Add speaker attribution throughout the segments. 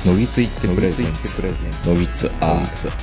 Speaker 1: のぎついってプレゼンツのぎつア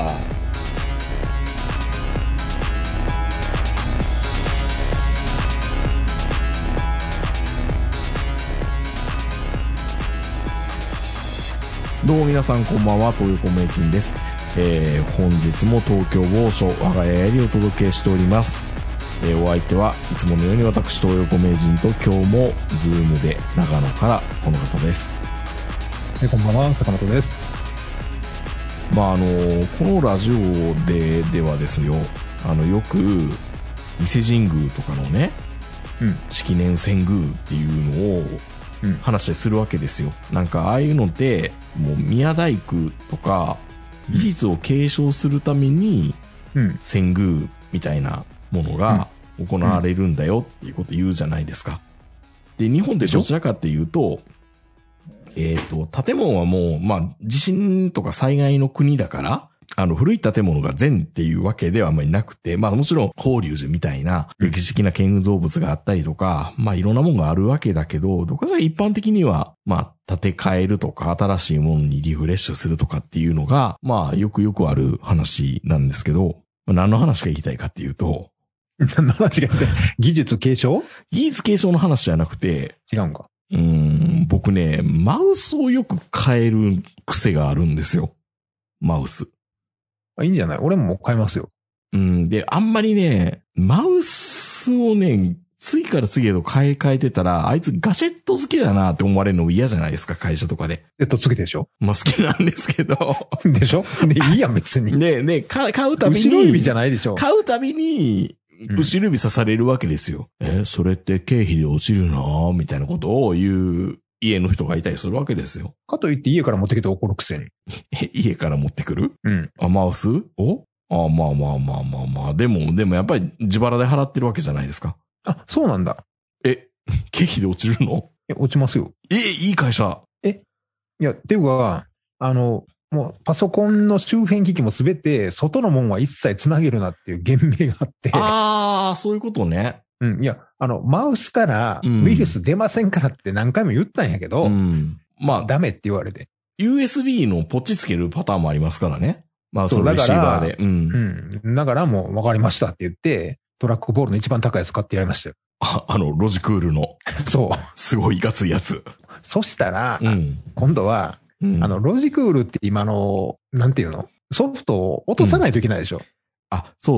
Speaker 2: どうも皆さんこんばんは、東横名人です。本日も東京某所我が家よりお届けしております。お相手はいつものように私東横名人と今日もズームで長野からこの方です。
Speaker 3: こんばんは、坂本です。
Speaker 2: このラジオではですよ、よく伊勢神宮とかのね、式年遷宮っていうのを話したりするわけですよ。なんかああいうのってもう宮大工とか技術を継承するために遷宮みたいなものが行われるんだよっていうことを言うじゃないですか。で、日本ってどちらかっていうと、建物はもう、地震とか災害の国だから、古い建物が善っていうわけではあんまりなくて、もちろん、法隆寺みたいな歴史的な建造物があったりとか、いろんなものがあるわけだけど、どこか一般的には、建て替えるとか、新しいものにリフレッシュするとかっていうのが、よくある話なんですけど、何の話が言いたいかっていうと、
Speaker 3: 何の話が言いたい？技術継承？
Speaker 2: 技術継承の話じゃなくて、
Speaker 3: 違うんか。
Speaker 2: 僕ね、マウスをよく変える癖があるんですよ。マウス。
Speaker 3: いいんじゃない？俺ももう変えますよ。
Speaker 2: で、あんまりね、マウスをね、次から次へと変えてたら、あいつガジェット好きだなって思われるの嫌じゃないですか、会社とかで。
Speaker 3: つけてでしょ？
Speaker 2: 好きなんですけど。
Speaker 3: でしょ？で、いいやん別に。
Speaker 2: で、買うたびに。
Speaker 3: 後ろ指じゃないでしょ？買
Speaker 2: うたびに、後ろ指刺されるわけですよ。それって経費で落ちるなぁみたいなことを言う家の人がいたりするわけですよ。
Speaker 3: かといって家から持ってきて怒るくせに。
Speaker 2: 家から持ってくる？マウスを？でもやっぱり自腹で払ってるわけじゃないですか。
Speaker 3: あ、そうなんだ。
Speaker 2: 経費で落ちるの？
Speaker 3: 落ちますよ。
Speaker 2: いい会社。
Speaker 3: いや、っていうか、もうパソコンの周辺機器もすべて外のもんは一切つなげるなっていう言命があって。
Speaker 2: ああ、そういうことね。
Speaker 3: いや、マウスからウイルス出ませんからって何回も言ったんやけど、ダメって言われて。
Speaker 2: USB のポッチつけるパターンもありますからね。マウスのレシーバーで。
Speaker 3: だからもう分かりましたって言って、トラックボールの一番高いやつ買ってやりましたよ。
Speaker 2: ロジクールの。
Speaker 3: そう。
Speaker 2: すごいいかついやつ。
Speaker 3: そしたら、今度は、ロジクールって今なんていうの？ソフトを落とさないといけないでしょ。
Speaker 2: そう。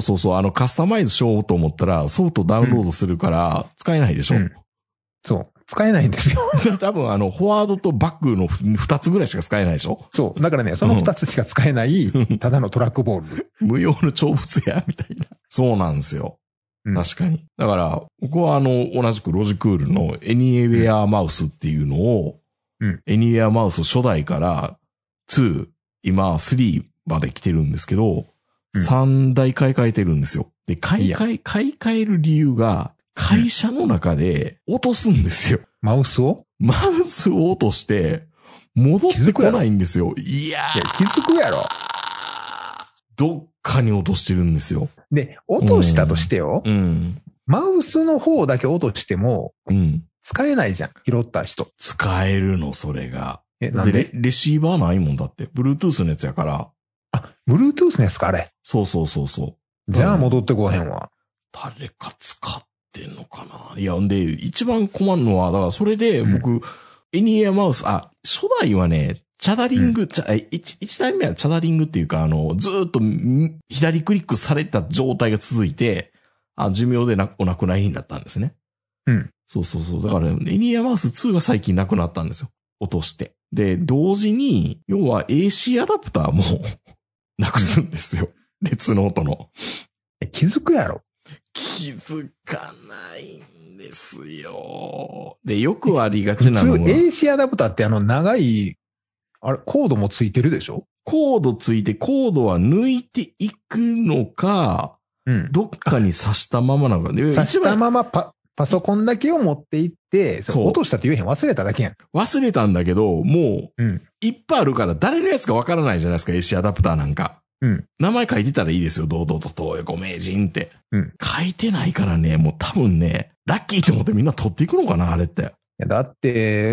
Speaker 2: カスタマイズしようと思ったら、ソフトダウンロードするから使えないでしょ。
Speaker 3: そう。使えないんですよ。
Speaker 2: 多分フォワードとバックの2つぐらいしか使えないでしょ。
Speaker 3: そう。だからね、その2つしか使えない、ただのトラックボール。
Speaker 2: 無用の長物や、みたいな。そうなんですよ。確かに。だから、僕は同じくロジクールのエニエウェアマウスっていうのを、エニウェアマウス初代から2、今3まで来てるんですけど、3台買い替えてるんですよ。で、買い替える理由が、会社の中で落とすんですよ。
Speaker 3: マウスを
Speaker 2: 落として、戻ってこないんですよ。いや
Speaker 3: 気づくやろ。
Speaker 2: どっかに落としてるんですよ。
Speaker 3: で、落としたとしてよ。マウスの方だけ落としても、使えないじゃん。拾った人。
Speaker 2: 使えるの、それが。
Speaker 3: なんで
Speaker 2: レシーバーないもんだって。Bluetooth のやつやから。
Speaker 3: Bluetooth のやつか、あれ。
Speaker 2: そう。
Speaker 3: じゃあ戻ってこへんわ。
Speaker 2: 誰か使ってんのかな。いや、んで、一番困るのは、だからそれで僕、エニエアマウス、初代はね、チャダリング、1代目はチャダリングっていうか、ずーっと左クリックされた状態が続いて、寿命でお亡くなりになったんですね。そう。だから、エニエアマウス2が最近なくなったんですよ。落として。で、同時に、要は AC アダプターもなくすんですよ。列ノートの。
Speaker 3: 気づくやろ。
Speaker 2: 気づかないんですよ。で、よくありがちなのは。
Speaker 3: 普通 AC アダプターって長い、コードもついてるでしょ？
Speaker 2: コードついて、コードは抜いていくのか、どっかに挿したままなのか。
Speaker 3: 挿したままパソコンだけを持って行って、落としたって言えへん。忘れただけやん。
Speaker 2: 忘れたんだけど、もう、いっぱいあるから誰のやつかわからないじゃないですか、AC アダプターなんか。名前書いてたらいいですよ、堂々と東横名人って。書いてないからね、もう多分ね、ラッキーと思ってみんな取っていくのかな、あれって。
Speaker 3: やだって、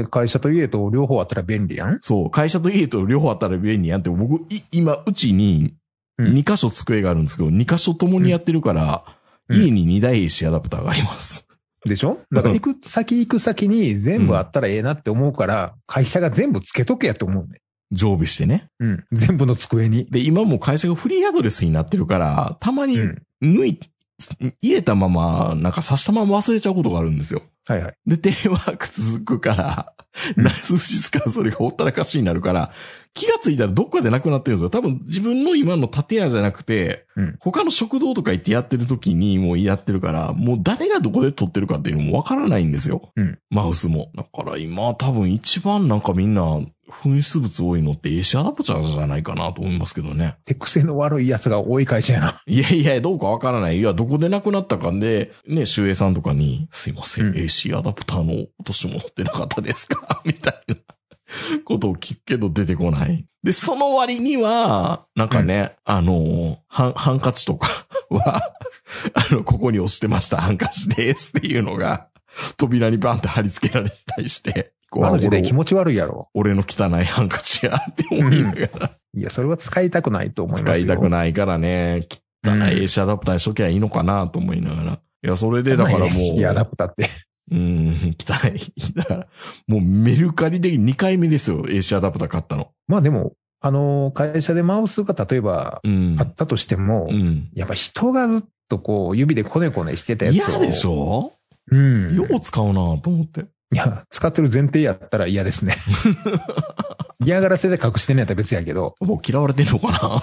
Speaker 3: 会社と家と両方あったら便利やん。
Speaker 2: そう、会社と家と両方あったら便利やんって、僕、今、うちに2箇所机があるんですけど、2箇所ともにやってるから、家に2台 AC アダプターがあります。
Speaker 3: でしょ？だから行く先に全部あったらええなって思うから、会社が全部つけとけやと思うね。
Speaker 2: 常備してね。
Speaker 3: うん。全部の机に。
Speaker 2: で、今もう会社がフリーアドレスになってるから、たまに入れたまま、なんか挿したまま忘れちゃうことがあるんですよ。
Speaker 3: はいはい。
Speaker 2: で、テレワーク続くから、何数日間それがほったらかしになるから、気がついたらどっかでなくなってるんですよ。多分自分の今の建屋じゃなくて、他の食堂とか行ってやってる時にもうやってるから、もう誰がどこで撮ってるかっていうのもわからないんですよ。マウスも。だから今多分一番なんかみんな紛失物多いのって AC アダプターじゃないかなと思いますけどね。
Speaker 3: 手癖の悪い奴が多い会社やな。
Speaker 2: いやいや、どうかわからない。いや、どこでなくなったかんで、ね、周平さんとかに、すいません、AC アダプターの落とし物ってなかったですかみたいなことを聞くけど出てこない。で、その割には、なんかね、ハンカチとかは、ここに押してました、ハンカチですっていうのが、扉にバンって貼り付けられてたりして、
Speaker 3: あの時代気持ち悪いやろ。
Speaker 2: 俺の汚いハンカチやって思いながら。
Speaker 3: いや、それは使いたくないと思いますよ。
Speaker 2: 使いたくないからね、汚い AC アダプターにしときゃいいのかなと思いながら。いや、それでだからもう。
Speaker 3: AC アダプターって。
Speaker 2: 汚い。だから、もうメルカリで2回目ですよ、AC アダプター買ったの。
Speaker 3: まあでも、会社でマウスが例えば、あったとしても、やっぱ人がずっとこう、指でコネコネしてたやつを。
Speaker 2: 嫌でしょ？よう使うなと思って。
Speaker 3: いや、使ってる前提やったら嫌ですね。嫌がらせで隠してんのやったら別やけど。
Speaker 2: もう嫌われてんのかな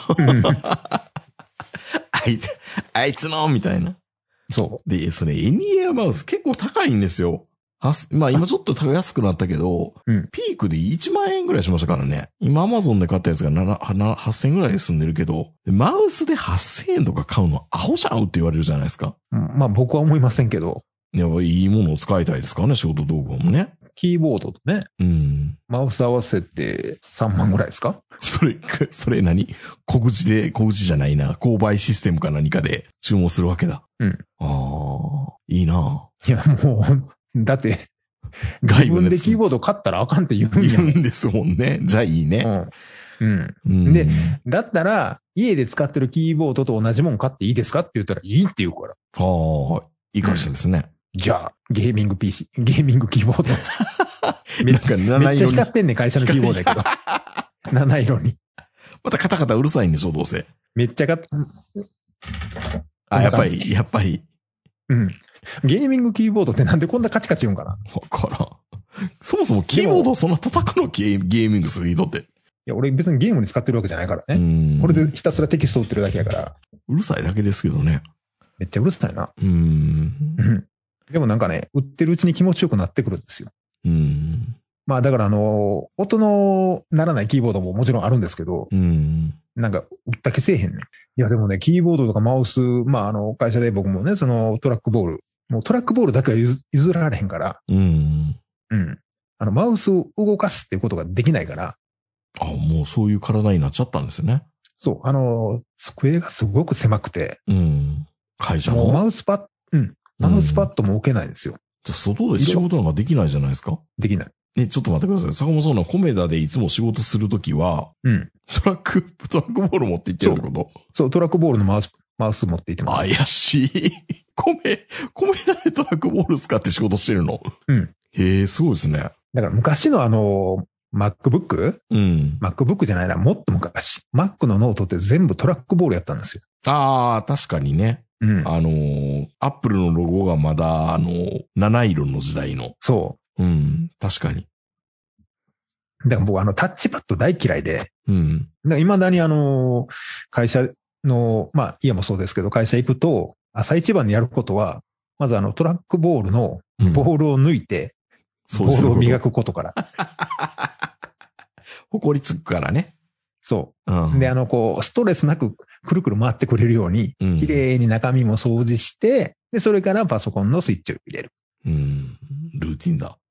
Speaker 2: あいつのみたいな。
Speaker 3: そう。
Speaker 2: で、それ、エニエアマウス結構高いんですよ。まあ今ちょっと安くなったけど、ピークで1万円ぐらいしましたからね。今アマゾンで買ったやつが8000円ぐらいで済んでるけど、マウスで8000円とか買うのアホじゃんって言われるじゃないですか。
Speaker 3: まあ僕は思いませんけど。
Speaker 2: やっぱいいものを使いたいですからね、仕事道具もね。
Speaker 3: キーボードとね。マウス合わせて3万ぐらいですか？
Speaker 2: それ何？小口じゃないな。購買システムか何かで注文するわけだ。ああ、いいな。
Speaker 3: いや、もう、だって、自分でキーボード買ったらあかんって言
Speaker 2: うんですもんね。じゃあいいね。
Speaker 3: で、だったら、家で使ってるキーボードと同じもん買っていいですかって言ったらいいって言うから。
Speaker 2: ああ、いい会社ですね。
Speaker 3: じゃあ、ゲーミング PC、ゲーミングキーボード。
Speaker 2: なんか
Speaker 3: めっちゃ光ってんね、会社のキーボードやけど。七色に。
Speaker 2: またカタカタうるさいんでしょ、どうせ。
Speaker 3: めっちゃや
Speaker 2: っぱり。
Speaker 3: ゲーミングキーボードってなんでこんなカチカチ言うんかな？
Speaker 2: わからん。そもそもキーボードをそんな叩くのゲーミングする人って。
Speaker 3: いや、俺別にゲームに使ってるわけじゃないからね。これでひたすらテキスト打ってるだけやから。
Speaker 2: うるさいだけですけどね。
Speaker 3: めっちゃうるさいな。でもなんかね、売ってるうちに気持ちよくなってくるんですよ。まあだから音のならないキーボードももちろんあるんですけど、なんか、売ったけせえへんねん。いやでもね、キーボードとかマウス、まあ会社で僕もね、そのトラックボール、もうトラックボールだけは譲られへんから、マウスを動かすっていうことができないから。
Speaker 2: あ、もうそういう体になっちゃったんですよね。
Speaker 3: そう、机がすごく狭くて、
Speaker 2: 会社の。
Speaker 3: もうマウスパッドも置けないんですよ。
Speaker 2: じゃあ外で仕事なんかできないじゃないですか？
Speaker 3: できない。
Speaker 2: ちょっと待ってください。坂本さんのコメダでいつも仕事するときは、トラックボール持って行ってるってこと？
Speaker 3: そう、トラックボールのマウス持って行ってます。
Speaker 2: 怪しい。コメダでトラックボール使って仕事してるの？へえ、すごいですね。
Speaker 3: だから昔のMacBook？MacBook じゃないな、もっと昔。Mac のノートって全部トラックボールやったんですよ。
Speaker 2: ああ、確かにね。アップルのロゴがまだ、七色の時代の。
Speaker 3: そう。
Speaker 2: 確かに。
Speaker 3: だから僕タッチパッド大嫌いで。未だに会社の、まあ家もそうですけど、会社行くと、朝一番にやることは、まずトラックボールのボールを抜いて、ボールを磨くことから。
Speaker 2: ほこりつくからね。
Speaker 3: そう。で、ストレスなくくるくる回ってくれるように、綺麗に中身も掃除して、で、それからパソコンのスイッチを入れる。
Speaker 2: ルーティンだ。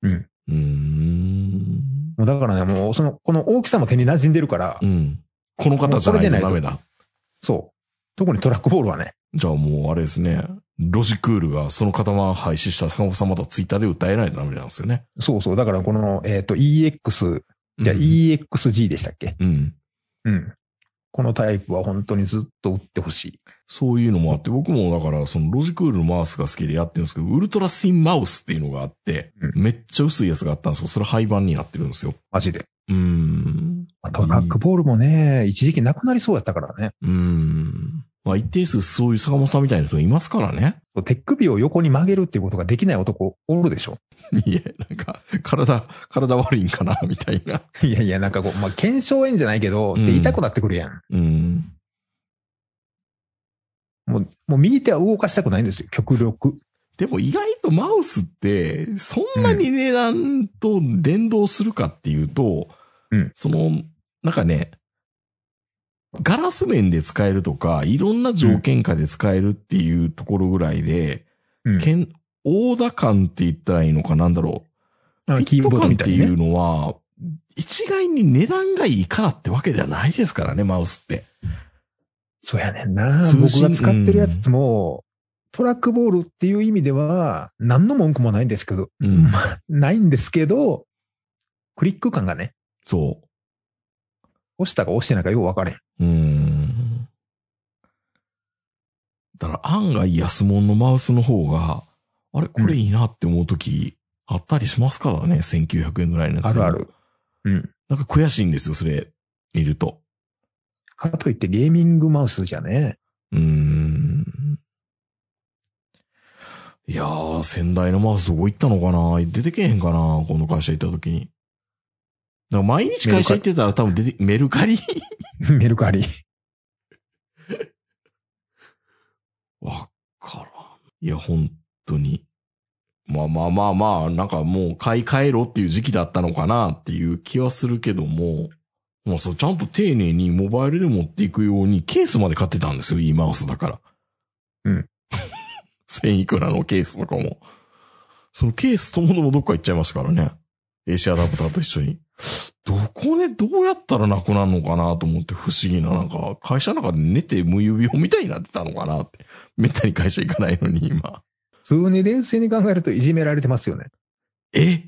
Speaker 3: もうだからね、もうこの大きさも手に馴染んでるから。
Speaker 2: この方じゃないとダメだ。
Speaker 3: そう。特にトラックボールはね。
Speaker 2: じゃあもうあれですね。 ロジクールがその塊廃止した坂本さんまたツイッターで訴えないとダメなんですよね。
Speaker 3: そうそう。だからこの、EX、じゃあ EXG でしたっけ？うん。このタイプは本当にずっと売ってほしい。
Speaker 2: そういうのもあって、僕もだからそのロジクールのマウスが好きでやってるんですけど、ウルトラシンマウスっていうのがあって、めっちゃ薄いやつがあったんですよ。それ廃盤になってるんですよ。
Speaker 3: マジで。トラックボールもね、一時期なくなりそうやったからね。
Speaker 2: まあ一定数そういう坂本さんみたいな人いますからね。
Speaker 3: 手首を横に曲げるっていうことができない男おるでしょ。
Speaker 2: いえ、なんか、体悪いんかな、みたいな。
Speaker 3: いやいや、なんかこう、まあ、腱鞘炎じゃないけど、で痛くなってくるやん。もう右手は動かしたくないんですよ、極力。
Speaker 2: でも意外とマウスって、そんなに値段と連動するかっていうと、なんかね、ガラス面で使えるとか、いろんな条件下で使えるっていうところぐらいで、オーダー感って言ったらいいのかなんだろう。キーボードみたいな。っていうのは、一概に値段がいいからってわけではないですからね、マウスって。
Speaker 3: そうやねんな。僕が使ってるやつも、トラックボールっていう意味では、何の文句もないんですけど、ないんですけど、クリック感がね。
Speaker 2: そう。
Speaker 3: 押したか押してないかよう分かれん。
Speaker 2: だから案外安物のマウスの方が、あれこれいいなって思うときあったりしますからね、1900円ぐらいのやつ。
Speaker 3: ある。
Speaker 2: なんか悔しいんですよ、それ見ると。
Speaker 3: かといってゲーミングマウスじゃね。
Speaker 2: いやー、先代のマウスどこ行ったのかな？出てけへんかな？この会社行った時に。だから毎日会社行ってたら多分メルカリ
Speaker 3: メルカリ。
Speaker 2: わからん。いや、本当に。まあ、なんかもう買い替えろっていう時期だったのかなっていう気はするけども、まあそう、ちゃんと丁寧にモバイルで持っていくようにケースまで買ってたんですよ、いいマウスだから。1000いくらのケースとかも。そのケースともどもどっか行っちゃいましたからね。AC アダプターと一緒に。どこでどうやったらなくなるのかなと思って不思議な、なんか、会社の中で寝て無指病みたいになってたのかなって。めったに会社行かないのに今。
Speaker 3: 普通に冷静に考えるといじめられてますよね。
Speaker 2: ケ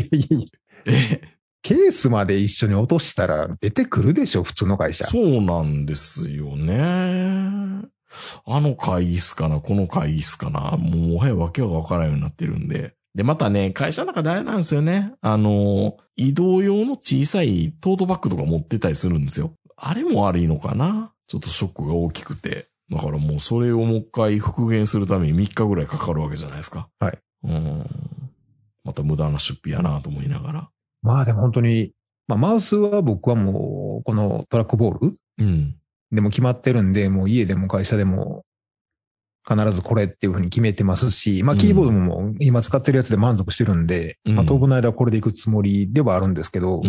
Speaker 3: ースまで一緒に落としたら出てくるでしょ、普通の会社。
Speaker 2: そうなんですよね。あの会議室かな、この会議室かな。もはやわけがわからないようになってるんで。で、またね、会社の中であれなんですよね。移動用の小さいトートバッグとか持ってたりするんですよ。あれも悪いのかな。ちょっとショックが大きくて。だからもうそれをもう一回復元するために3日ぐらいかかるわけじゃないですか。
Speaker 3: はい。
Speaker 2: また無駄な出費やなと思いながら。
Speaker 3: まあでも本当に、まあマウスは僕はもう、このトラックボールでも決まってるんで、もう家でも会社でも必ずこれっていうふうに決めてますし、まあキーボードも今使ってるやつで満足してるんで、まあ当分の間はこれで行くつもりではあるんですけど、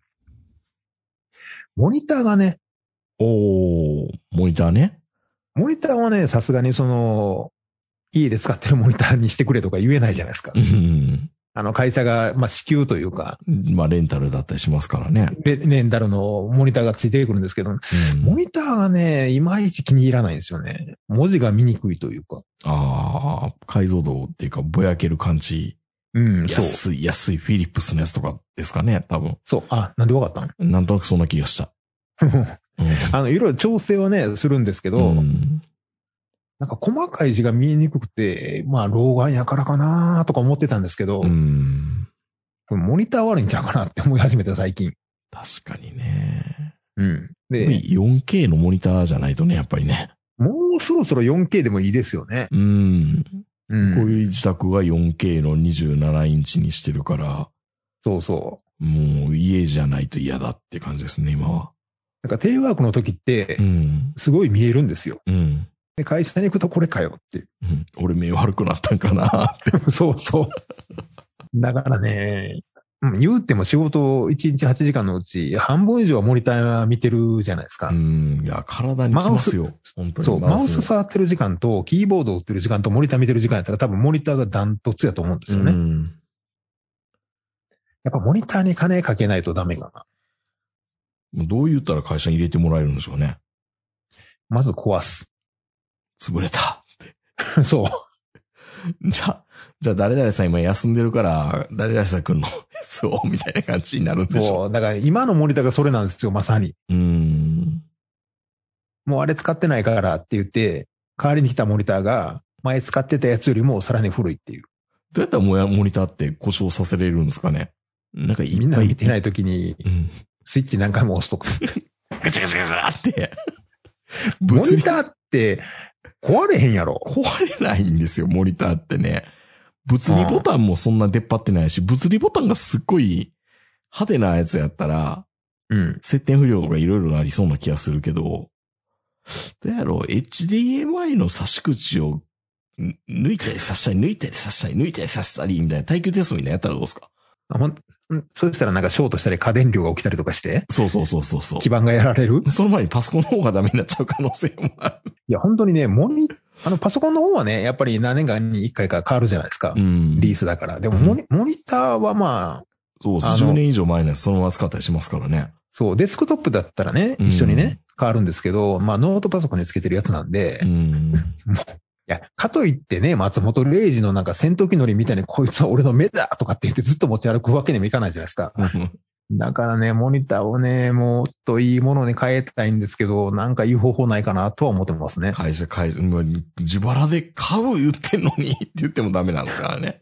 Speaker 3: モニターがね。
Speaker 2: モニターね。
Speaker 3: モニターはね、さすがに家で使ってるモニターにしてくれとか言えないじゃないですか。会社が、まあ、支給というか。
Speaker 2: まあ、レンタルだったりしますからね。
Speaker 3: レンタルのモニターがついてくるんですけど、モニターがね、いまいち気に入らないんですよね。文字が見にくいというか。
Speaker 2: 解像度っていうか、ぼやける感じ。安いフィリップスのやつとかですかね、多分。
Speaker 3: そう。なんでわかったの？
Speaker 2: なんとなくそんな気がした。
Speaker 3: いろいろ調整はね、するんですけど、なんか細かい字が見えにくくて、まあ老眼やからかなとか思ってたんですけど、モニター悪いんちゃうかなって思い始めた最近。
Speaker 2: 確かにね。
Speaker 3: で、
Speaker 2: 4K のモニターじゃないとね、やっぱりね。
Speaker 3: もうそろそろ 4K でもいいですよね。
Speaker 2: こういう自宅が 4K の27インチにしてるから。
Speaker 3: そうそう。
Speaker 2: もう家じゃないと嫌だって感じですね、今は。
Speaker 3: なんかテレワークの時って、すごい見えるんですよ。で、会社に行くとこれかよっていう。
Speaker 2: 俺目悪くなったんかなって。
Speaker 3: そうそう。だからね、言うても仕事1日8時間のうち半分以上はモニター見てるじゃないですか。
Speaker 2: いや、体にきますよ。本当に。
Speaker 3: そう、マウス触ってる時間と、キーボード打ってる時間と、モニター見てる時間やったら多分モニターがダントツやと思うんですよね。やっぱモニターに金かけないとダメかな。
Speaker 2: どう言ったら会社に入れてもらえるんでしょうね。
Speaker 3: まず壊す。
Speaker 2: 潰れたって。
Speaker 3: そう。
Speaker 2: じゃあ誰々さん今休んでるから、誰々さんくんのやつを、みたいな感じになるんでしょ。
Speaker 3: そう。だから今のモニターがそれなんですよ、まさに。もうあれ使ってないからって言って、代わりに来たモニターが、前使ってたやつよりもさらに古いっていう。
Speaker 2: どうやったらモニターって故障させれるんですかね。なんか
Speaker 3: みんな見てないときに、スイッチ何回も押すとか。
Speaker 2: ガチャガチャガチャって。
Speaker 3: モニターって壊れへんやろ。
Speaker 2: 壊れないんですよ、モニターってね。物理ボタンもそんな出っ張ってないし、物理ボタンがすっごい派手なやつやったら、接点不良とかいろいろありそうな気がするけど、どうやろう、HDMI の差し口を抜いたり刺したり、抜いたり刺したり、抜いたり刺したり、みたいな耐久テストみたいなやったらどうですか？
Speaker 3: そうしたらなんかショートしたり家電量が起きたりとかして。
Speaker 2: そう。
Speaker 3: 基板がやられる？
Speaker 2: その前にパソコンの方がダメになっちゃう可能性もある。
Speaker 3: いや、本当にね、パソコンの方はね、やっぱり何年かに1回か変わるじゃないですか。リースだから。でもモニターはまあ。
Speaker 2: そう、10年以上前のやつそのまま使ったりしますからね。
Speaker 3: そう、デスクトップだったらね、一緒にね、変わるんですけど、まあノートパソコンにつけてるやつなんで、いや、かといってね、松本零士のなんか戦闘機乗りみたいにこいつは俺の目だとかって言ってずっと持ち歩くわけにもいかないじゃないですか。だからね、モニターをね、もっといいものに変えたいんですけど、なんかいい方法ないかなとは思ってますね。
Speaker 2: 自腹で買う言ってんのにって言ってもダメなんですからね。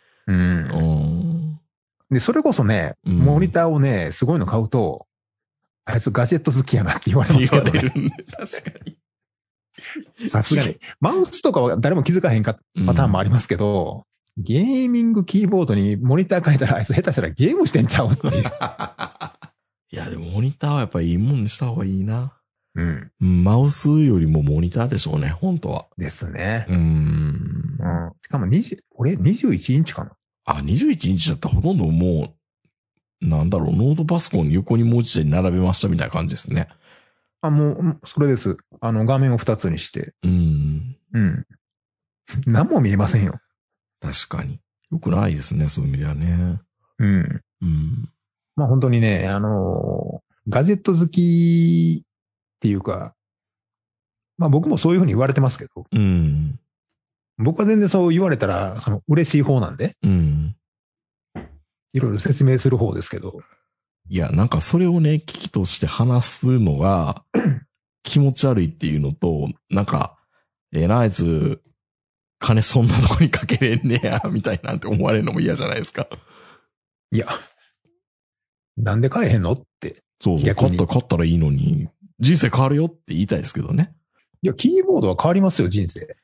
Speaker 3: で、それこそね、モニターをね、すごいの買うと、あいつガジェット好きやなって言われますけどね。
Speaker 2: 言われるんで、確かに。
Speaker 3: さすがに。マウスとかは誰も気づかへんかパターンもありますけど、ゲーミングキーボードにモニター変えたらあいつ下手したらゲームしてんちゃうっていう。
Speaker 2: いや、でもモニターはやっぱりいいもんにした方がいいな。マウスよりもモニターでしょうね、本当は。
Speaker 3: ですね。しかも俺21インチかな。
Speaker 2: 21インチだったらほとんどもう、なんだろう、ノートパソコン横にもう一台並べましたみたいな感じですね。
Speaker 3: もう、それです。画面を2つにして。何も見えませんよ。
Speaker 2: 確かに。よくないですね、そういう意味ではね。
Speaker 3: まあ本当にね、ガジェット好きっていうか、まあ僕もそういうふうに言われてますけど、僕は全然そう言われたら、嬉しい方なんで、いろいろ説明する方ですけど。
Speaker 2: いや、なんかそれをね、危機として話すのが気持ち悪いっていうのと、なんか、あいつ、金そんなとこにかけれんねや、みたいなんて思われるのも嫌じゃないですか。
Speaker 3: いや、なんで買えへんのって。
Speaker 2: そう、買ったらいいのに、人生変わるよって言いたいですけどね。
Speaker 3: いや、キーボードは変わりますよ、人生。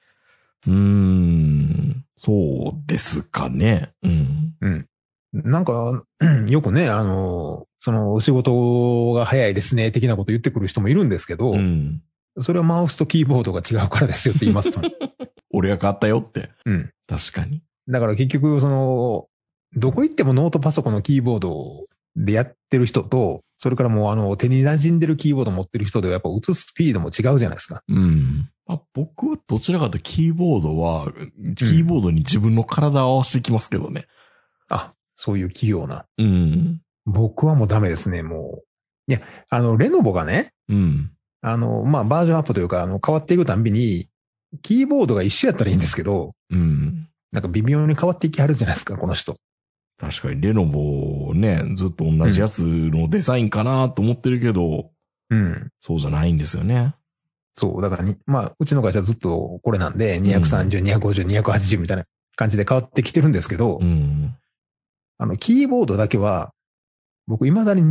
Speaker 2: そうですかね。
Speaker 3: なんか、よくね、お仕事が早いですね、的なこと言ってくる人もいるんですけど、それはマウスとキーボードが違うからですよって言いますと。
Speaker 2: 俺が買ったよって。確かに。
Speaker 3: だから結局、どこ行ってもノートパソコンのキーボードでやってる人と、それからもう手に馴染んでるキーボード持ってる人ではやっぱ打つスピードも違うじゃないですか。
Speaker 2: 僕はどちらかというとキーボードは、キーボードに自分の体を合わせてきますけどね。
Speaker 3: そういう器用な。僕はもうダメですね、もう。いや、レノボがね、まあ、バージョンアップというか、変わっていくたんびに、キーボードが一緒やったらいいんですけど、なんか微妙に変わっていきはるじゃないですか、この人。
Speaker 2: 確かに、レノボね、ずっと同じやつのデザインかなと思ってるけど、そうじゃないんですよね。
Speaker 3: そう、だからまあ、うちの会社ずっとこれなんで、230、250、280みたいな感じで変わってきてるんですけど、キーボードだけは、僕未だに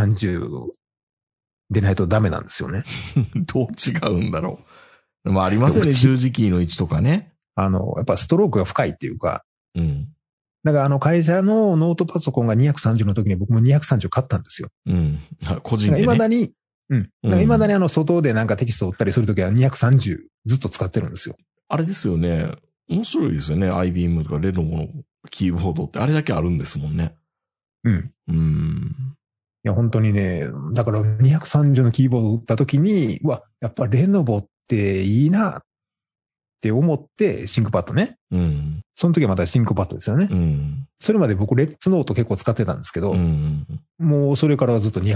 Speaker 3: 230でないとダメなんですよね。
Speaker 2: どう違うんだろう。まあありますよね、十字キーの位置とかね。
Speaker 3: やっぱストロークが深いっていうか。だから会社のノートパソコンが230の時に僕も230買ったんですよ。
Speaker 2: 個人でね。
Speaker 3: 未だに、未だに外でなんかテキストを打ったりするときは230ずっと使ってるんですよ。
Speaker 2: あれですよね。面白いですよね。IBM とかレノボのキーボードってあれだけあるんですもんね。
Speaker 3: いや、本当にね、だから230のキーボードを打った時に、やっぱレノボっていいなって思って、シンクパッドね。その時はまたシンクパッドですよね。それまで僕レッツノート結構使ってたんですけど、もうそれからはずっと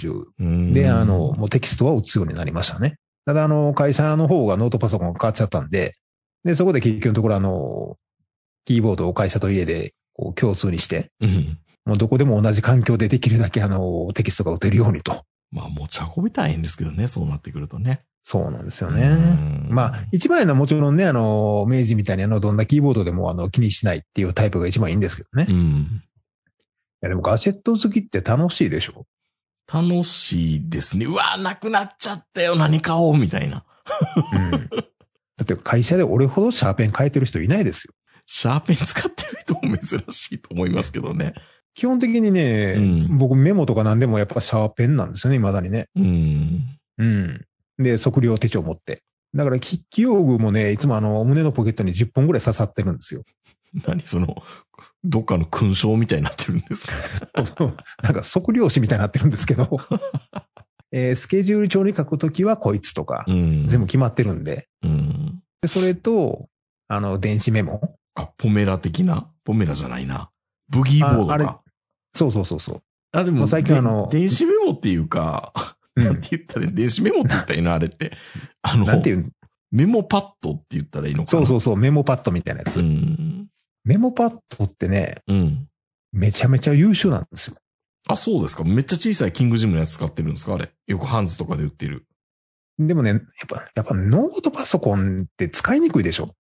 Speaker 3: 230で、もうテキストは打つようになりましたね。ただ会社の方がノートパソコンが変わっちゃったんで、 で、そこで結局のところキーボードを会社と家でこう共通にして、もうどこでも同じ環境でできるだけテキストが打てるようにと。
Speaker 2: まあ持ち運び大変ですけどね、そうなってくるとね。
Speaker 3: そうなんですよね。まあ、一番いいのはもちろんね、明治みたいにどんなキーボードでも気にしないっていうタイプが一番いいんですけどね。いやでもガジェット好きって楽しいでしょ？
Speaker 2: 楽しいですね。うわ、なくなっちゃったよ、何買おう、みたいな。
Speaker 3: だって会社で俺ほどシャーペン変えてる人いないですよ。
Speaker 2: シャーペン使ってる人も珍しいと思いますけどね。
Speaker 3: 基本的にね、僕メモとか何でもやっぱシャーペンなんですよね、未だにね。で、測量手帳持って。だから筆記用具もね、いつも胸のポケットに10本ぐらい刺さってるんですよ。
Speaker 2: 何どっかの勲章みたいになってるんですか？
Speaker 3: なんか測量紙みたいになってるんですけど。スケジュール帳に書くときはこいつとか、全部決まってるんで。でそれと、電子メモ。
Speaker 2: ポメラ的な？ポメラじゃないな。ブギーボードか。あれ、
Speaker 3: そう。
Speaker 2: でも最近電子メモっていうか、なんて言ったら電子メモって言ったらいいのあれって。
Speaker 3: なんていう
Speaker 2: メモパッドって言ったらいいのかな？
Speaker 3: そう、メモパッドみたいなやつ。メモパッドってね、めちゃめちゃ優秀なんですよ。
Speaker 2: あ、そうですか。めっちゃ小さいキングジムのやつ使ってるんですかあれ。よくハンズとかで売ってる。
Speaker 3: でもね、やっぱノートパソコンって使いにくいでしょ？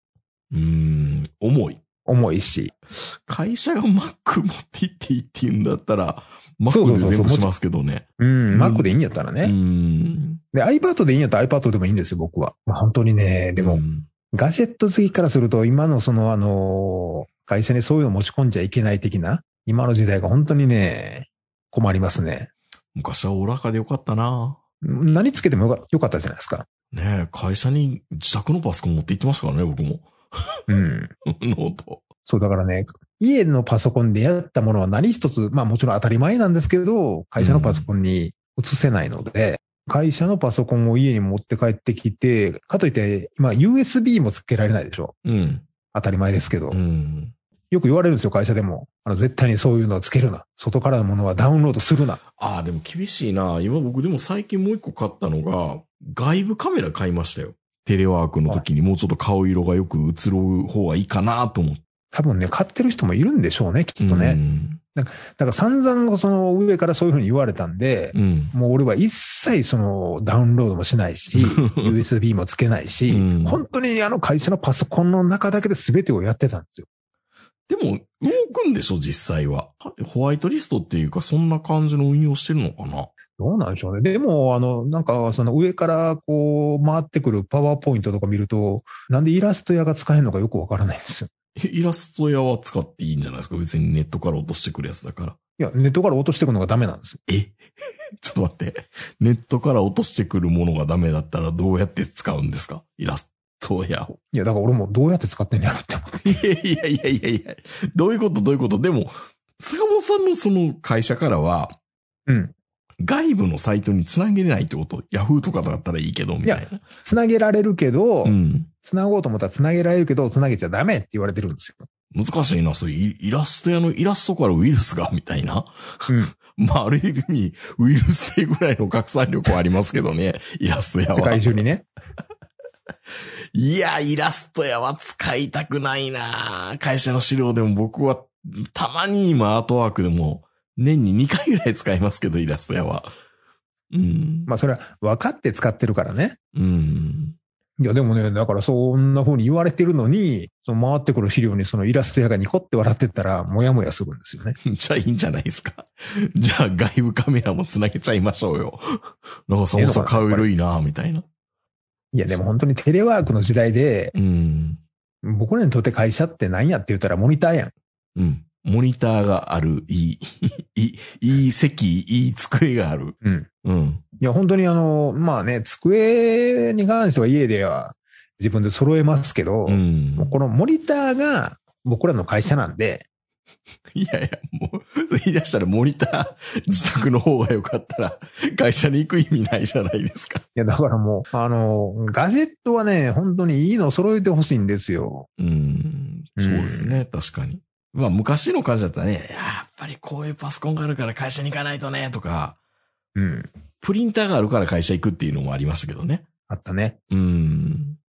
Speaker 3: 重いし。
Speaker 2: 会社が Mac 持って行っていいって言うんだったら、Mac で全部しますけどね。
Speaker 3: Mac でいいんやったらね。で、iPad でいいんやったら iPad でもいいんですよ、僕は。本当にね、でも、ガジェット好きからすると、今の会社にそういうの持ち込んじゃいけない的な、今の時代が本当にね、困りますね。
Speaker 2: 昔はおおらかでよかったな。
Speaker 3: 何つけてもよかったじゃないですか。
Speaker 2: ねえ、会社に自宅のパソコン持って行ってましたからね、僕も。ノート。
Speaker 3: そう、だからね、家のパソコンでやったものは何一つ、まあもちろん当たり前なんですけど、会社のパソコンに移せないので、会社のパソコンを家に持って帰ってきて、かといって、今 USB もつけられないでしょ。当たり前ですけど。よく言われるんですよ、会社でも。絶対にそういうのをつけるな。外からのものはダウンロードするな。
Speaker 2: ああ、でも厳しいな。今僕でも最近もう一個買ったのが、外部カメラ買いましたよ。テレワークの時にもうちょっと顔色がよく映る方がいいかなと思って。
Speaker 3: 多分ね、買ってる人もいるんでしょうね、きっとね。だから散々上からそういうふうに言われたんで、もう俺は一切ダウンロードもしないし、USB もつけないし、本当に会社のパソコンの中だけで全てをやってたんですよ。
Speaker 2: でも、動くんでしょ、実際は。ホワイトリストっていうか、そんな感じの運用してるのかな？
Speaker 3: どうなんでしょうね。でも、なんか、上からこう、回ってくるパワーポイントとか見ると、なんでイラスト屋が使えるのかよくわからないんですよ。
Speaker 2: イラスト屋は使っていいんじゃないですか？別にネットから落としてくるやつだから。い
Speaker 3: や、ネットから落としてくるのがダメなんですよ。
Speaker 2: ちょっと待って。ネットから落としてくるものがダメだったらどうやって使うんですか？イラスト屋を。
Speaker 3: いや、だから俺もどうやって使ってんやろって思って。
Speaker 2: いや。どういうことでも、坂本さんのその会社からは、外部のサイトにつなげれないってこと？ヤフーとかだったらいいけど、みたいな。いや、
Speaker 3: つなげられるけど、つなごうと思ったらつなげられるけど、つなげちゃダメって言われてるんですよ。
Speaker 2: 難しいな、そういうイラスト屋のイラストからウイルスが、みたいな。まあ、ある意味、ウイルス性ぐらいの拡散力はありますけどね、イラスト屋は。
Speaker 3: 世界中にね。
Speaker 2: いや、イラスト屋は使いたくないな。会社の資料でも僕は、たまに今アートワークでも、年に2回ぐらい使いますけど、イラスト屋は。
Speaker 3: まあ、それは分かって使ってるからね。いや、でもね、だからそんな風に言われてるのに、回ってくる資料にイラスト屋がニコって笑ってったら、もやもやするんですよね。
Speaker 2: じゃあいいんじゃないですか。じゃあ外部カメラもつなげちゃいましょうよ。なんかそもそも顔色いいな、みたいな。
Speaker 3: いや、でも本当にテレワークの時代で、僕らにとって会社って何やって言ったらモニターやん。
Speaker 2: モニターがある、いい席、いい机がある。
Speaker 3: いや、本当にまあね、机に関しては家では自分で揃えますけど、このモニターが僕らの会社なんで。
Speaker 2: いや、もう、言い出したらモニター自宅の方が良かったら会社に行く意味ないじゃないですか。い
Speaker 3: や、だからもう、ガジェットはね、本当にいいのを揃えてほしいんですよ。
Speaker 2: そうですね、確かに。まあ昔の感じだったらね、やっぱりこういうパソコンがあるから会社に行かないとね、とか、プリンターがあるから会社行くっていうのもありましたけどね。
Speaker 3: あったね。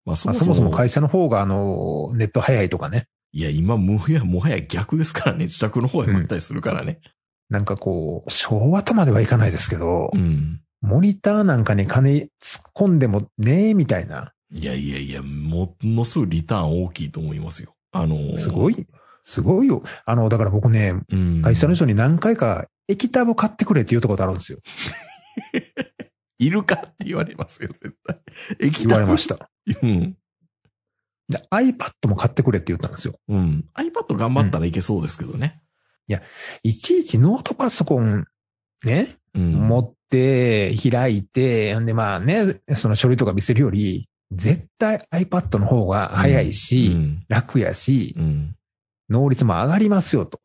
Speaker 2: まあ
Speaker 3: そもそも会社の方がネット早いとかね。
Speaker 2: いや、今もはや逆ですからね。自宅の方へ行ったりするからね。
Speaker 3: なんかこう、昭和とまではいかないですけど、モニターなんかに金突っ込んでもねえ、みたいな。
Speaker 2: いや、ものすごいリターン大きいと思いますよ。
Speaker 3: すごいよ。だから僕ね、会社の人に何回か液タブ買ってくれって言ったことあるんですよ。
Speaker 2: いるかって言われますよ、絶対。
Speaker 3: 言われました。で iPad も買ってくれって言ったんですよ。
Speaker 2: iPad 頑張ったらいけそうですけどね。
Speaker 3: いや、いちいちノートパソコンね、持って開いて、んでまあね、その書類とか見せるより、絶対 iPad の方が早いし、楽やし、能率も上がりますよと。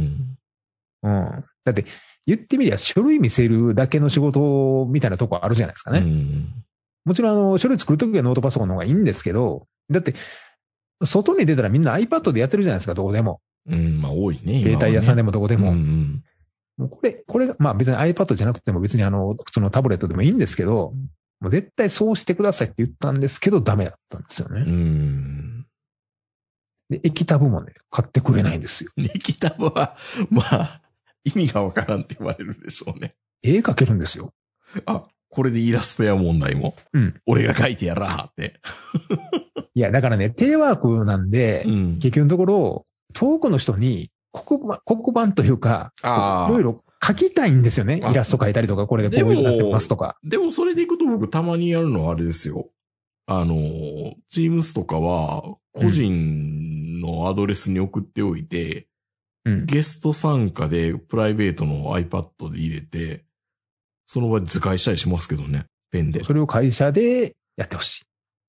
Speaker 3: だって言ってみりゃ書類見せるだけの仕事みたいなとこあるじゃないですかね。もちろん書類作るときはノートパソコンの方がいいんですけど、だって外に出たらみんな iPad でやってるじゃないですか、どこでも。
Speaker 2: まあ多いね。
Speaker 3: 携帯屋さんでもどこでも。もうこれが、まあ別に iPad じゃなくても別に普通のタブレットでもいいんですけど、もう絶対そうしてくださいって言ったんですけど、ダメだったんですよね。で、液タブもね、買ってくれないんですよ。
Speaker 2: 液タブは、まあ、意味がわからんって言われるでしょうね。
Speaker 3: 絵描けるんですよ。
Speaker 2: あ、これでイラストや問題も。俺が描いてやらーって。
Speaker 3: いや、だからね、テレワークなんで、結局のところ、遠くの人に黒板というか、いろいろ書きたいんですよね。イラスト描いたりとか、これでこういうのなってますとか。
Speaker 2: でもそれでいくと僕たまにやるのはあれですよ。Teams とかは、個人のアドレスに送っておいて、ゲスト参加でプライベートの iPad で入れて、その場で図解したりしますけどね。ペンで。
Speaker 3: それを会社でやってほしい。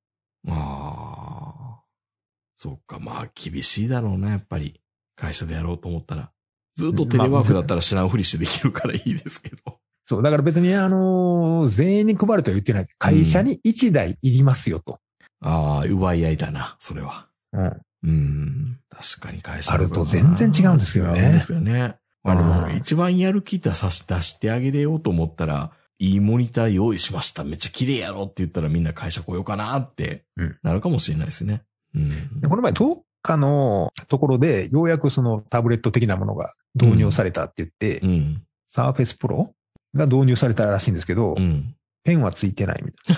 Speaker 2: そっか、まあ厳しいだろうな、やっぱり。会社でやろうと思ったら。ずっとテレワークだったら知らんふりしてできるからいいですけど。
Speaker 3: そう、だから別に全員に配るとは言ってない。会社に1台いりますよと。
Speaker 2: 奪い合いだな、それは。確かに会社
Speaker 3: あると全然違うんですけどね。
Speaker 2: そうですよね。でも一番やる気出してあげようと思ったら、いいモニター用意しました。めっちゃ綺麗やろって言ったらみんな会社来ようかなってなるかもしれないですね。
Speaker 3: この前どっかのところでようやくそのタブレット的なものが導入されたって言って、サーフェスプロが導入されたらしいんですけど、ペンはついてないみたい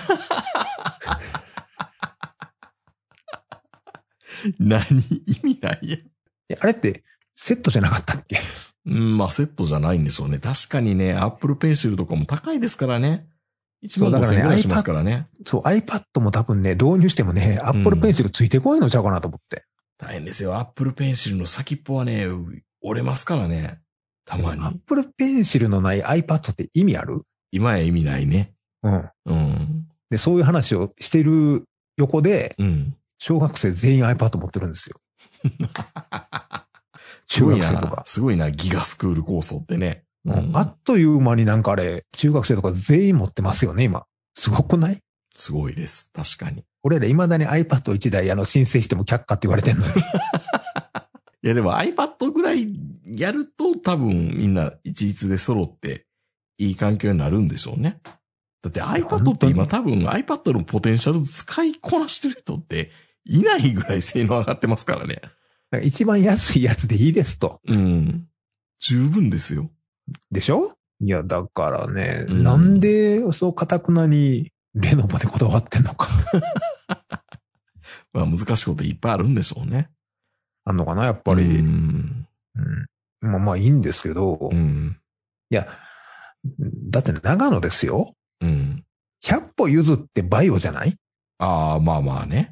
Speaker 2: な。意味ないや。
Speaker 3: あれってセットじゃなかったっけ？
Speaker 2: まあセットじゃないんでしょうね。確かにね、Apple Pencil とかも高いですからね。1万5000円ぐらいしますからね。
Speaker 3: そう、iPad も多分ね、導入してもね、Apple Pencil ついてこないのちゃうかなと思って。
Speaker 2: 大変ですよ。Apple Pencil の先っぽはね、折れますからね。たまに。
Speaker 3: Apple Pencil のない iPad って意味ある？
Speaker 2: 今や意味ないね。
Speaker 3: で、そういう話をしてる横で、小学生全員 iPad 持ってるんですよ。中学生とか。
Speaker 2: すごいな、ギガスクール構想ってね。
Speaker 3: あっという間になんかあれ、中学生とか全員持ってますよね、今。すごくない？
Speaker 2: すごいです。確かに。
Speaker 3: 俺ら未だに iPad1 台申請しても却下って言われてんのに。
Speaker 2: いやでも iPad ぐらいやると多分みんな一律で揃っていい環境になるんでしょうね。だって iPad って今多分 iPad のポテンシャル使いこなしてる人っていないぐらい性能上がってますからね。だから
Speaker 3: 一番安いやつでいいですと。
Speaker 2: 十分ですよ。
Speaker 3: でしょ？いや、だからね、なんでそう堅くなにレノボでこだわってんのか。
Speaker 2: まあ難しいこといっぱいあるんでしょうね。
Speaker 3: あんのかな、やっぱり。まあいいんですけど。いや、だって長野ですよ。100歩譲ってバイオじゃない？
Speaker 2: まあね。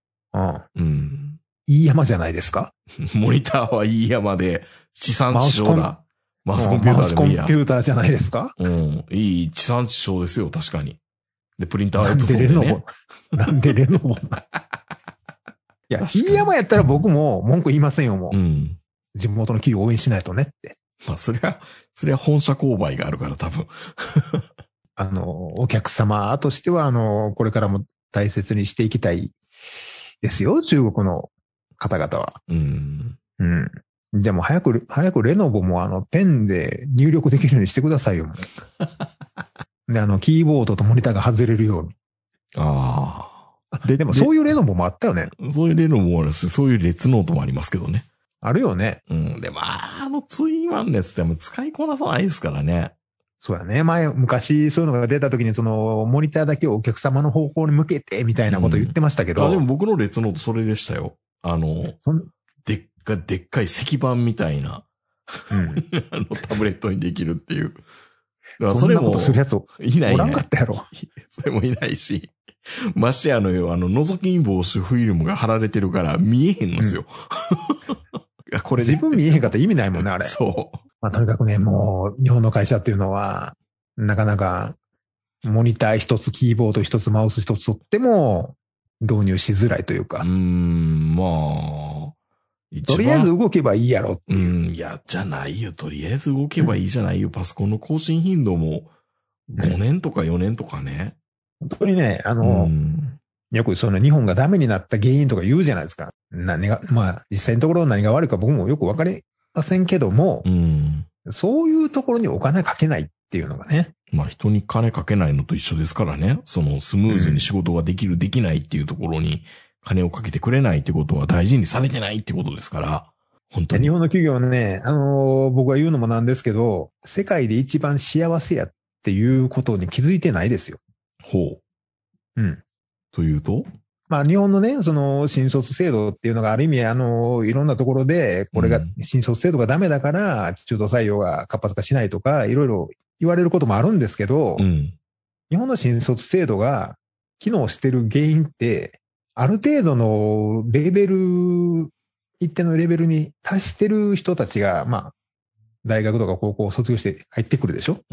Speaker 3: いい山じゃないですか？
Speaker 2: モニターはいい山で、地産地消だ。マウスコンピューターでもいいや。
Speaker 3: マウスコンピューターじゃないですか？
Speaker 2: いい地産地消ですよ、確かに。で、プリンターはエプソンでね。
Speaker 3: なんでレノボいや、いい山やったら僕も文句言いませんよ、もう。地元の企業を応援しないとねって。
Speaker 2: まあ、それは本社購買があるから多分。
Speaker 3: お客様としては、これからも大切にしていきたいですよ、中国の方々は。じゃあもう早くレノボもペンで入力できるようにしてくださいよ。で、キーボードとモニターが外れるように。 でもそういうレノボもあったよね。
Speaker 2: そういうレノボもあるし、そういう列ノートもありますけどね。
Speaker 3: あるよね。
Speaker 2: うん。でも、ツインワンレスっても使いこなさないですからね。
Speaker 3: そうやね。昔そういうのが出た時にモニターだけをお客様の方向に向けてみたいなこと言ってましたけど。
Speaker 2: でも僕の列ノートそれでしたよ。でっかい石板みたいな。タブレットにできるっていう。
Speaker 3: そんなことするやつ
Speaker 2: いない。
Speaker 3: おらんかったやろ。
Speaker 2: それもいないし。まして覗き防止フィルムが貼られてるから見えへんのですよ。これ
Speaker 3: 自分見えへんかったら意味ないもんね、あれ。
Speaker 2: そう。
Speaker 3: とにかくね、もう、日本の会社っていうのは、なかなか、モニター一つ、キーボード一つ、マウス一つ取っても、導入しづらいというか。とりあえず動けばいいやろっていう。
Speaker 2: いや、じゃないよ。とりあえず動けばいいじゃないよ。パソコンの更新頻度も、5年とか4年とかね。
Speaker 3: 本当にね、よく日本がダメになった原因とか言うじゃないですか。実際のところ何が悪いか僕もよくわかりませんけども、そういうところにお金かけないっていうのがね。
Speaker 2: 人に金かけないのと一緒ですからね。スムーズに仕事ができる、できないっていうところに金をかけてくれないってことは大事にされてないってことですから。本当に。
Speaker 3: 日本の企業はね、僕が言うのもなんですけど、世界で一番幸せやっていうことに気づいてないですよ。
Speaker 2: ほう。というと？
Speaker 3: 日本のね、新卒制度っていうのがある意味、いろんなところで、これが、新卒制度がダメだから、中途採用が活発化しないとか、いろいろ言われることもあるんですけど、日本の新卒制度が機能してる原因って、ある程度のレベル、一定のレベルに達してる人たちが、大学とか高校を卒業して入ってくるでしょ？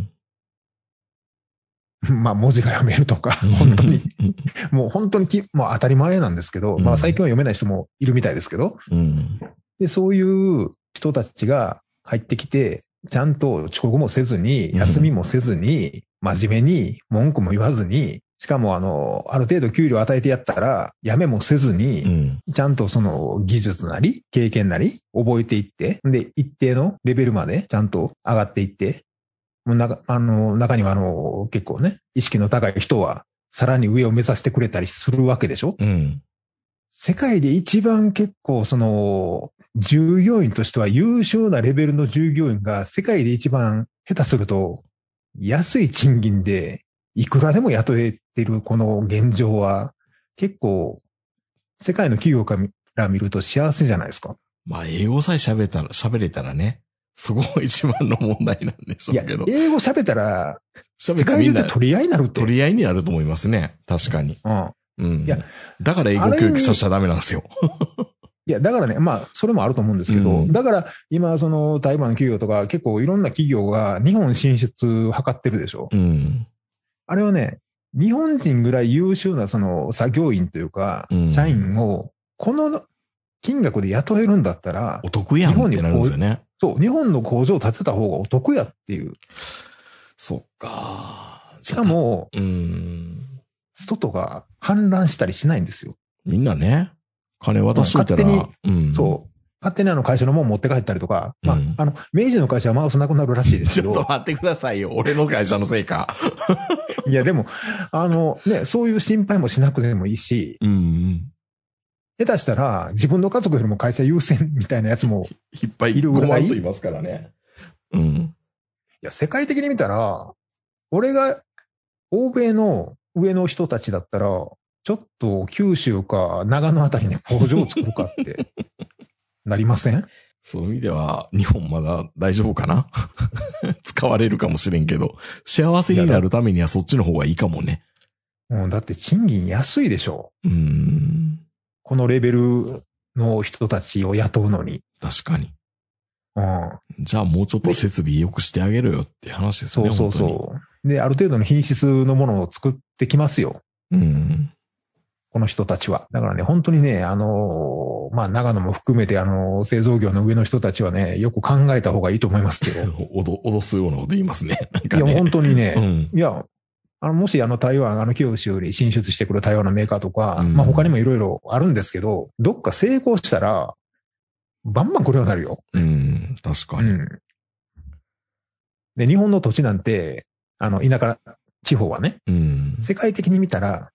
Speaker 3: 文字が読めるとか、本当に、もう本当にもう当たり前なんですけど、最近は読めない人もいるみたいですけど、で、そういう人たちが入ってきて、ちゃんと遅刻もせずに、休みもせずに、真面目に文句も言わずに、しかもある程度給料与えてやったら、辞めもせずに、ちゃんと技術なり、経験なり、覚えていって、で、一定のレベルまでちゃんと上がっていって、中には結構ね、意識の高い人は、さらに上を目指してくれたりするわけでしょ？世界で一番結構従業員としては優秀なレベルの従業員が世界で一番下手すると安い賃金でいくらでも雇えてるこの現状は結構世界の企業から見ると幸せじゃないですか。
Speaker 2: 英語さえ喋れたらね、そこが一番の問題なんでしょうけど。
Speaker 3: いや、英語喋ったら世界中で取り合いになるって。
Speaker 2: 取り合いになると思いますね。確かに。いや、だから英語教育させちゃダメなんですよ。
Speaker 3: いや、だからね、それもあると思うんですけど、だから今、台湾の企業とか結構いろんな企業が日本進出を図ってるでしょ。あれはね、日本人ぐらい優秀な作業員というか、社員をこの金額で雇えるんだったら、
Speaker 2: お得やんってなるんですよね。
Speaker 3: そう、日本の工場を建てた方がお得やっていう。
Speaker 2: そっか。
Speaker 3: しかも、外が氾濫したりしないんですよ。
Speaker 2: みんなね、金渡しといたら。
Speaker 3: 勝手に、勝手に会社のもん持って帰ったりとか、明治の会社はマウスなくなるらしいですけど。
Speaker 2: ちょっと待ってくださいよ。俺の会社のせいか。
Speaker 3: いや、でも、そういう心配もしなくてもいいし、下手したら自分の家族よりも会社優先みたいなやつも
Speaker 2: いっぱいいるぐらい。いますからね。
Speaker 3: いや、世界的に見たら、俺が欧米の上の人たちだったら、ちょっと九州か長野あたりに工場を作るかってなりません？
Speaker 2: そういう意味では日本まだ大丈夫かな使われるかもしれんけど、幸せになるためにはそっちの方がいいかもね。
Speaker 3: だって賃金安いでしょ。このレベルの人たちを雇うのに。
Speaker 2: 確かに。じゃあもうちょっと設備良くしてあげるよって話ですね。
Speaker 3: そうで、ある程度の品質のものを作ってきますよ。この人たちは。だからね、本当にね、長野も含めて製造業の上の人たちはね、よく考えた方がいいと思いますよ。
Speaker 2: 脅すようなこと言いますね。
Speaker 3: いや、本当にね、いや、もし台湾、九州より進出してくる台湾のメーカーとか、他にもいろいろあるんですけど、どっか成功したら、バンバン来るようになるよ。
Speaker 2: 確かに。
Speaker 3: で、日本の土地なんて、田舎地方はね、世界的に見たら、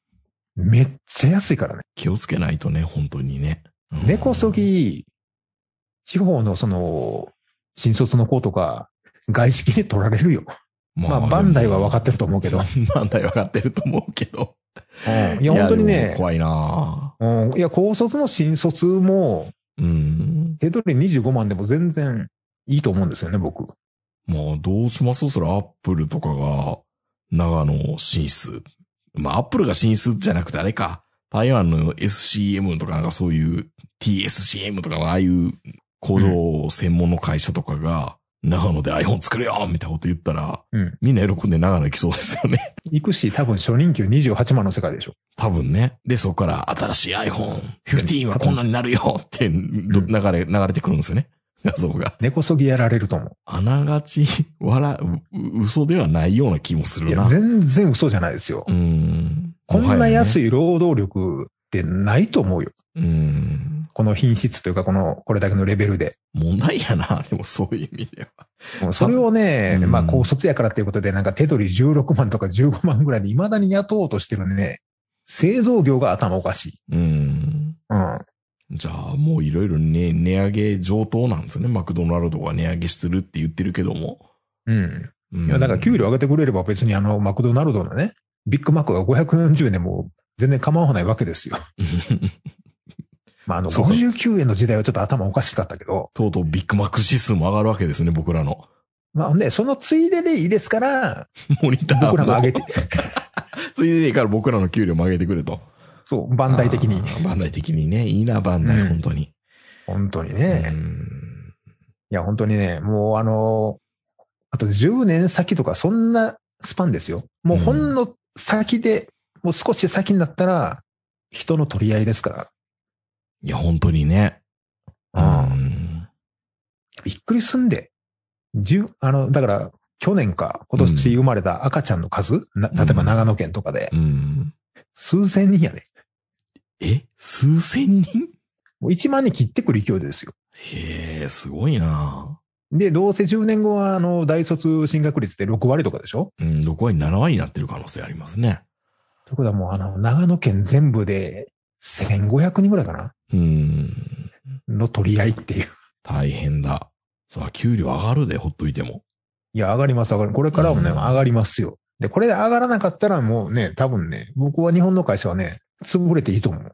Speaker 3: めっちゃ安いからね。
Speaker 2: 気をつけないとね、本当にね。
Speaker 3: 根こそぎ、地方のその、新卒の子とか、外資系に取られるよ。まあ、バンダイは分かってると思うけど。
Speaker 2: バンダイ分かってると思うけど。
Speaker 3: いや、本当にね。
Speaker 2: 怖いな。
Speaker 3: いや、高卒の新卒も、手取り25万でも全然いいと思うんですよね、僕。
Speaker 2: まあ、どうします？それ、アップルとかが、長野進出。まあ、アップルが進出じゃなくてあれか。台湾の SCM とかなんかそういう TSCM とかああいう工場専門の会社とかが、長野で iPhone 作るよみたいなこと言ったら、みんな喜んで長野行きそうですよね。
Speaker 3: 行くし、多分初任給28万の世界でしょ。
Speaker 2: 多分ね。で、そこから新しい iPhone 15はこんなになるよって流れてくるんですよね。画像が。
Speaker 3: 根こそぎやられると思う。
Speaker 2: あながち、嘘ではないような気もするな。いや、
Speaker 3: 全然嘘じゃないですよ。こんな安い労働力ってないと思うよ。この品質というか、これだけのレベルで。
Speaker 2: 問題やな、でもそういう意味では。
Speaker 3: それをね、まあ高卒やからっていうことで、なんか手取り16万とか15万ぐらいで未だに雇おうとしてるね、製造業が頭おかしい。
Speaker 2: じゃあもういろいろね、値上げ上等なんですね。マクドナルドが値上げするって言ってるけども。
Speaker 3: いや、だから給料上げてくれれば別にマクドナルドのね、ビッグマックが540円でも全然構わないわけですよ。まあ59円の時代はちょっと頭おかしかったけど。
Speaker 2: とうとうビッグマック指数も上がるわけですね、僕らの。
Speaker 3: まあね、そのついででいいですから、
Speaker 2: モニター
Speaker 3: 僕らも上げて。
Speaker 2: ついででいいから僕らの給料も上げてくれと。
Speaker 3: そう、バンダイ的に。
Speaker 2: バンダイ的にね。いいな、バンダイ、本当に。
Speaker 3: 本当にね。いや、本当にね、もうあと10年先とかそんなスパンですよ。もうほんの先で、もう少し先になったら、人の取り合いですから。
Speaker 2: いや、本当にね。
Speaker 3: びっくりすんで。だから、去年か、今年生まれた赤ちゃんの数、例えば長野県とかで。数千人やね。
Speaker 2: 数千人？
Speaker 3: もう1万人切ってくる勢いですよ。
Speaker 2: へえ、すごいな。
Speaker 3: で、どうせ10年後は大卒進学率って6割とかでしょ
Speaker 2: ？6割、7割になってる可能性ありますね。
Speaker 3: ということはもう長野県全部で1500人ぐらいかなの取り合いっていう。
Speaker 2: 大変だ。さあ、給料上がるで、ほっといても。
Speaker 3: いや、上がります、上がる。これからもね、上がりますよ。で、これで上がらなかったらもうね、多分ね、僕は日本の会社はね、潰れていいと思う。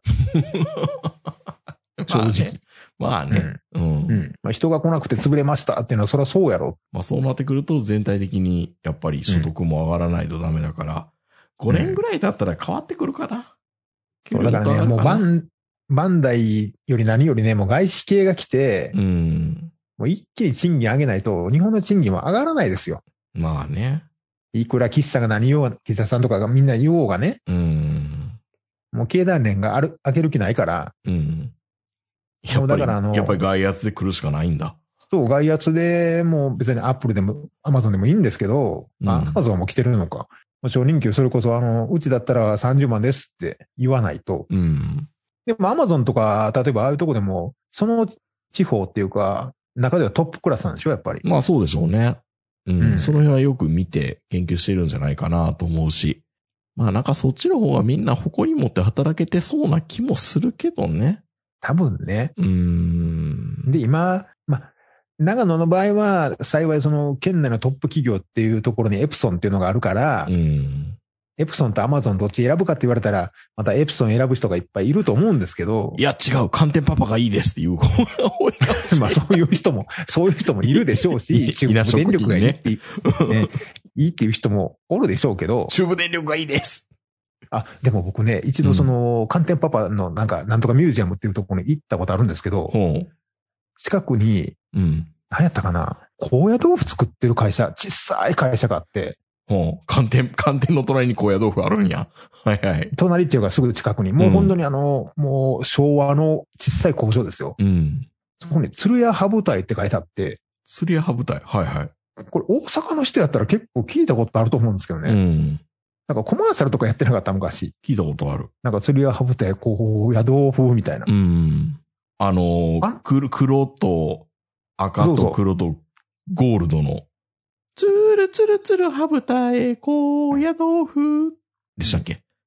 Speaker 3: 正直。
Speaker 2: まあね。
Speaker 3: まあ、人が来なくて潰れましたっていうのはそりゃそうやろ。
Speaker 2: まあそうなってくると全体的にやっぱり所得も上がらないとダメだから、5年ぐらい経ったら変わってくるかな。
Speaker 3: そうだからね、もうバンダイより何よりね、もう外資系が来て、もう一気に賃金上げないと日本の賃金は上がらないですよ。
Speaker 2: まあね。
Speaker 3: いくら喫茶が何言おうが、喫茶さんとかがみんな言おうがね。もう経団連が開ける気ないから。
Speaker 2: やっぱり外圧で来るしかないんだ。
Speaker 3: そう、外圧でもう別にアップルでもアマゾンでもいいんですけど、まあアマゾンも来てるのか。初任給それこそうちだったら30万ですって言わないと。でもアマゾンとか、例えばああいうとこでも、その地方っていうか、中ではトップクラスなんでしょ、やっぱり。
Speaker 2: まあそうでしょうね。その辺はよく見て研究してるんじゃないかなと思うし。まあなんかそっちの方がみんな誇り持って働けてそうな気もするけどね。
Speaker 3: 多分ね。で、今、まあ、長野の場合は、幸いその県内のトップ企業っていうところにエプソンっていうのがあるから、エプソンとアマゾンどっち選ぶかって言われたら、またエプソン選ぶ人がいっぱいいると思うんですけど。
Speaker 2: いや違う、寒天パパがいいですっていう子が多いかもしれない。
Speaker 3: まあそういう人もいるでしょうし、中部電力がいいっていいっていう人もおるでしょうけど。
Speaker 2: 中部電力がいいです。
Speaker 3: でも僕ね、一度寒天パパのなんとかミュージアムっていうところに行ったことあるんですけど、近くに、何やったかな、高野豆腐作ってる会社、小さい会社があって、
Speaker 2: 寒天の隣に高野豆腐あるんや。はいはい。
Speaker 3: 隣っていうかすぐ近くに、もう本当にもう昭和の小さい工場ですよ。そこに鶴屋ハブタイって書いてあって。
Speaker 2: 鶴屋ハブタイ、はいはい。
Speaker 3: これ大阪の人やったら結構聞いたことあると思うんですけどね。なんかコマーシャルとかやってなかった昔。
Speaker 2: 聞いたことある。
Speaker 3: なんか鶴屋ハブタイ、高野豆腐みたいな。
Speaker 2: 黒と赤と黒とゴールドの、つるつるつるハブタイ、高野豆腐でしたっけ？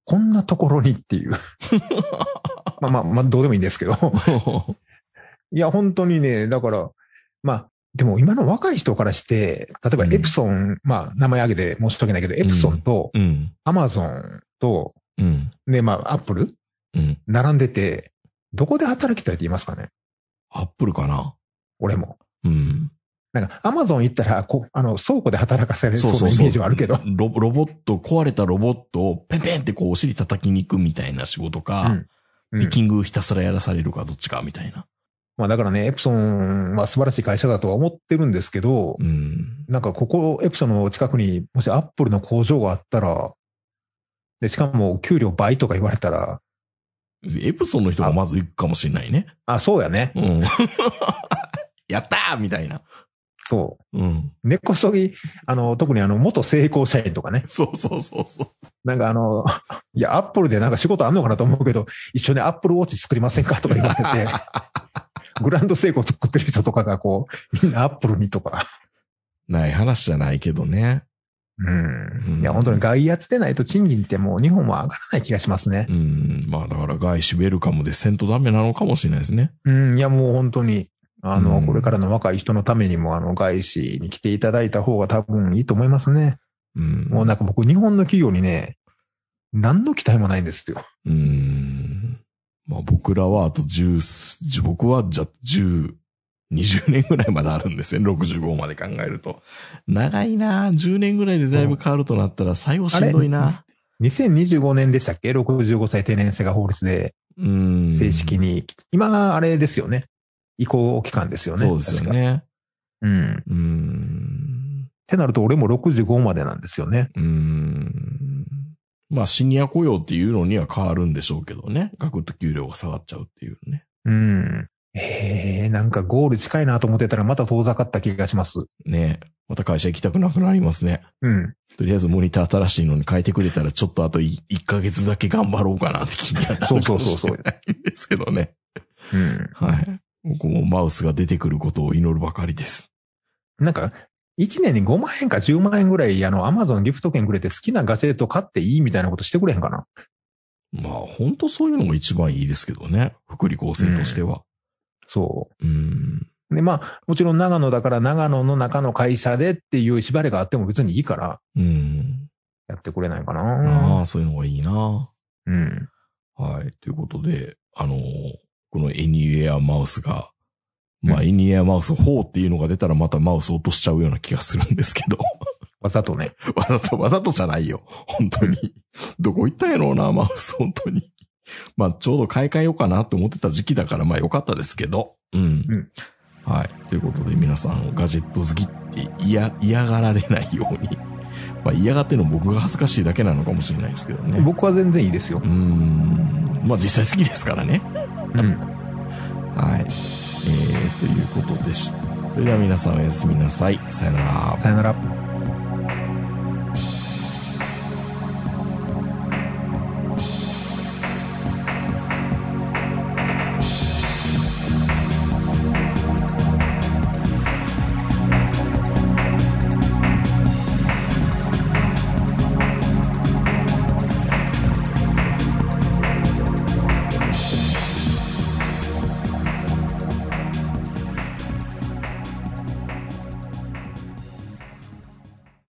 Speaker 3: こんなところにっていう。まあ、どうでもいいんですけど。いや、本当にね、だから、まあ、でも今の若い人からして、例えばエプソン、まあ、名前挙げて申し訳ないけど、エプソンと、アマゾンと、で、まあ、アップル並んでて、どこで働きたいって言いますかね？
Speaker 2: アップルかな？
Speaker 3: 俺も。なんか、アマゾン行ったら、倉庫で働かされそうなイメージはあるけど。
Speaker 2: ロボット、壊れたロボットをペンペンってこうお尻叩きに行くみたいな仕事か、ピッキングひたすらやらされるかどっちかみたいな。
Speaker 3: まあだからね、エプソンは素晴らしい会社だとは思ってるんですけど、なんかここ、エプソンの近くにもしアップルの工場があったら、で、しかも給料倍とか言われたら、
Speaker 2: エプソンの人がまず行くかもしれないね。
Speaker 3: そうやね。
Speaker 2: やったーみたいな。
Speaker 3: そう。根こそぎ、特に元成功社員とかね。
Speaker 2: そう。
Speaker 3: なんかいや、アップルでなんか仕事あんのかなと思うけど、一緒にアップルウォッチ作りませんかとか言われて、グランド成功作ってる人とかがこう、みんなアップルにとか。
Speaker 2: ない話じゃないけどね。
Speaker 3: いや、本当に外圧でないと賃金ってもう日本は上がらない気がしますね。
Speaker 2: まあだから外資ウェルカムでせんとダメなのかもしれないですね。
Speaker 3: いや、もう本当に。これからの若い人のためにも、外資に来ていただいた方が多分いいと思いますね。もうなんか僕、日本の企業にね、何の期待もないんですよ。
Speaker 2: まあ僕らはあと僕はじゃあ20年ぐらいまであるんですね。65まで考えると。長いな10年ぐらいでだいぶ変わるとなったら最後しんどいな。
Speaker 3: 2025年でしたっけ ?65 歳定年制が法律で、正式に。今、あれですよね。移行期間ですよね。
Speaker 2: そうですよね。
Speaker 3: ってなると俺も65までなんですよね。
Speaker 2: まあシニア雇用っていうのには変わるんでしょうけどね。ガクッと給料が下がっちゃうっていうね。
Speaker 3: なんかゴール近いなと思ってたらまた遠ざかった気がします。
Speaker 2: ねえ。また会社行きたくなくなりますね。とりあえずモニター新しいのに変えてくれたらちょっとあと1ヶ月だけ頑張ろうかなって気になったかもしれないんですけどね。はい。僕もマウスが出てくることを祈るばかりです。
Speaker 3: なんか、1年に5万円か10万円ぐらい、アマゾンギフト券くれて好きなガジェット買っていいみたいなことしてくれへんかな。
Speaker 2: まあ、本当そういうのが一番いいですけどね。福利厚生としては。
Speaker 3: そう。で、まあ、もちろん長野だから長野の中の会社でっていう縛りがあっても別にいいから。やってくれないかな。
Speaker 2: そういうのがいいな。はい。ということで、このエニウェアマウスが、まあ、エニウェアマウス4っていうのが出たらまたマウス落としちゃうような気がするんですけど。
Speaker 3: わざとね。
Speaker 2: わざとじゃないよ。本当に。どこ行ったんやろうな、マウス、本当に。まあ、ちょうど買い替えようかなって思ってた時期だから、まあ良かったですけど。はい。ということで皆さん、ガジェット好きって嫌がられないように。まあ嫌がってるの僕が恥ずかしいだけなのかもしれないですけどね。
Speaker 3: 僕は全然いいですよ。
Speaker 2: まあ実際好きですからね。はい。ということでした。それでは皆さんおやすみなさい。さよなら。
Speaker 3: さよなら。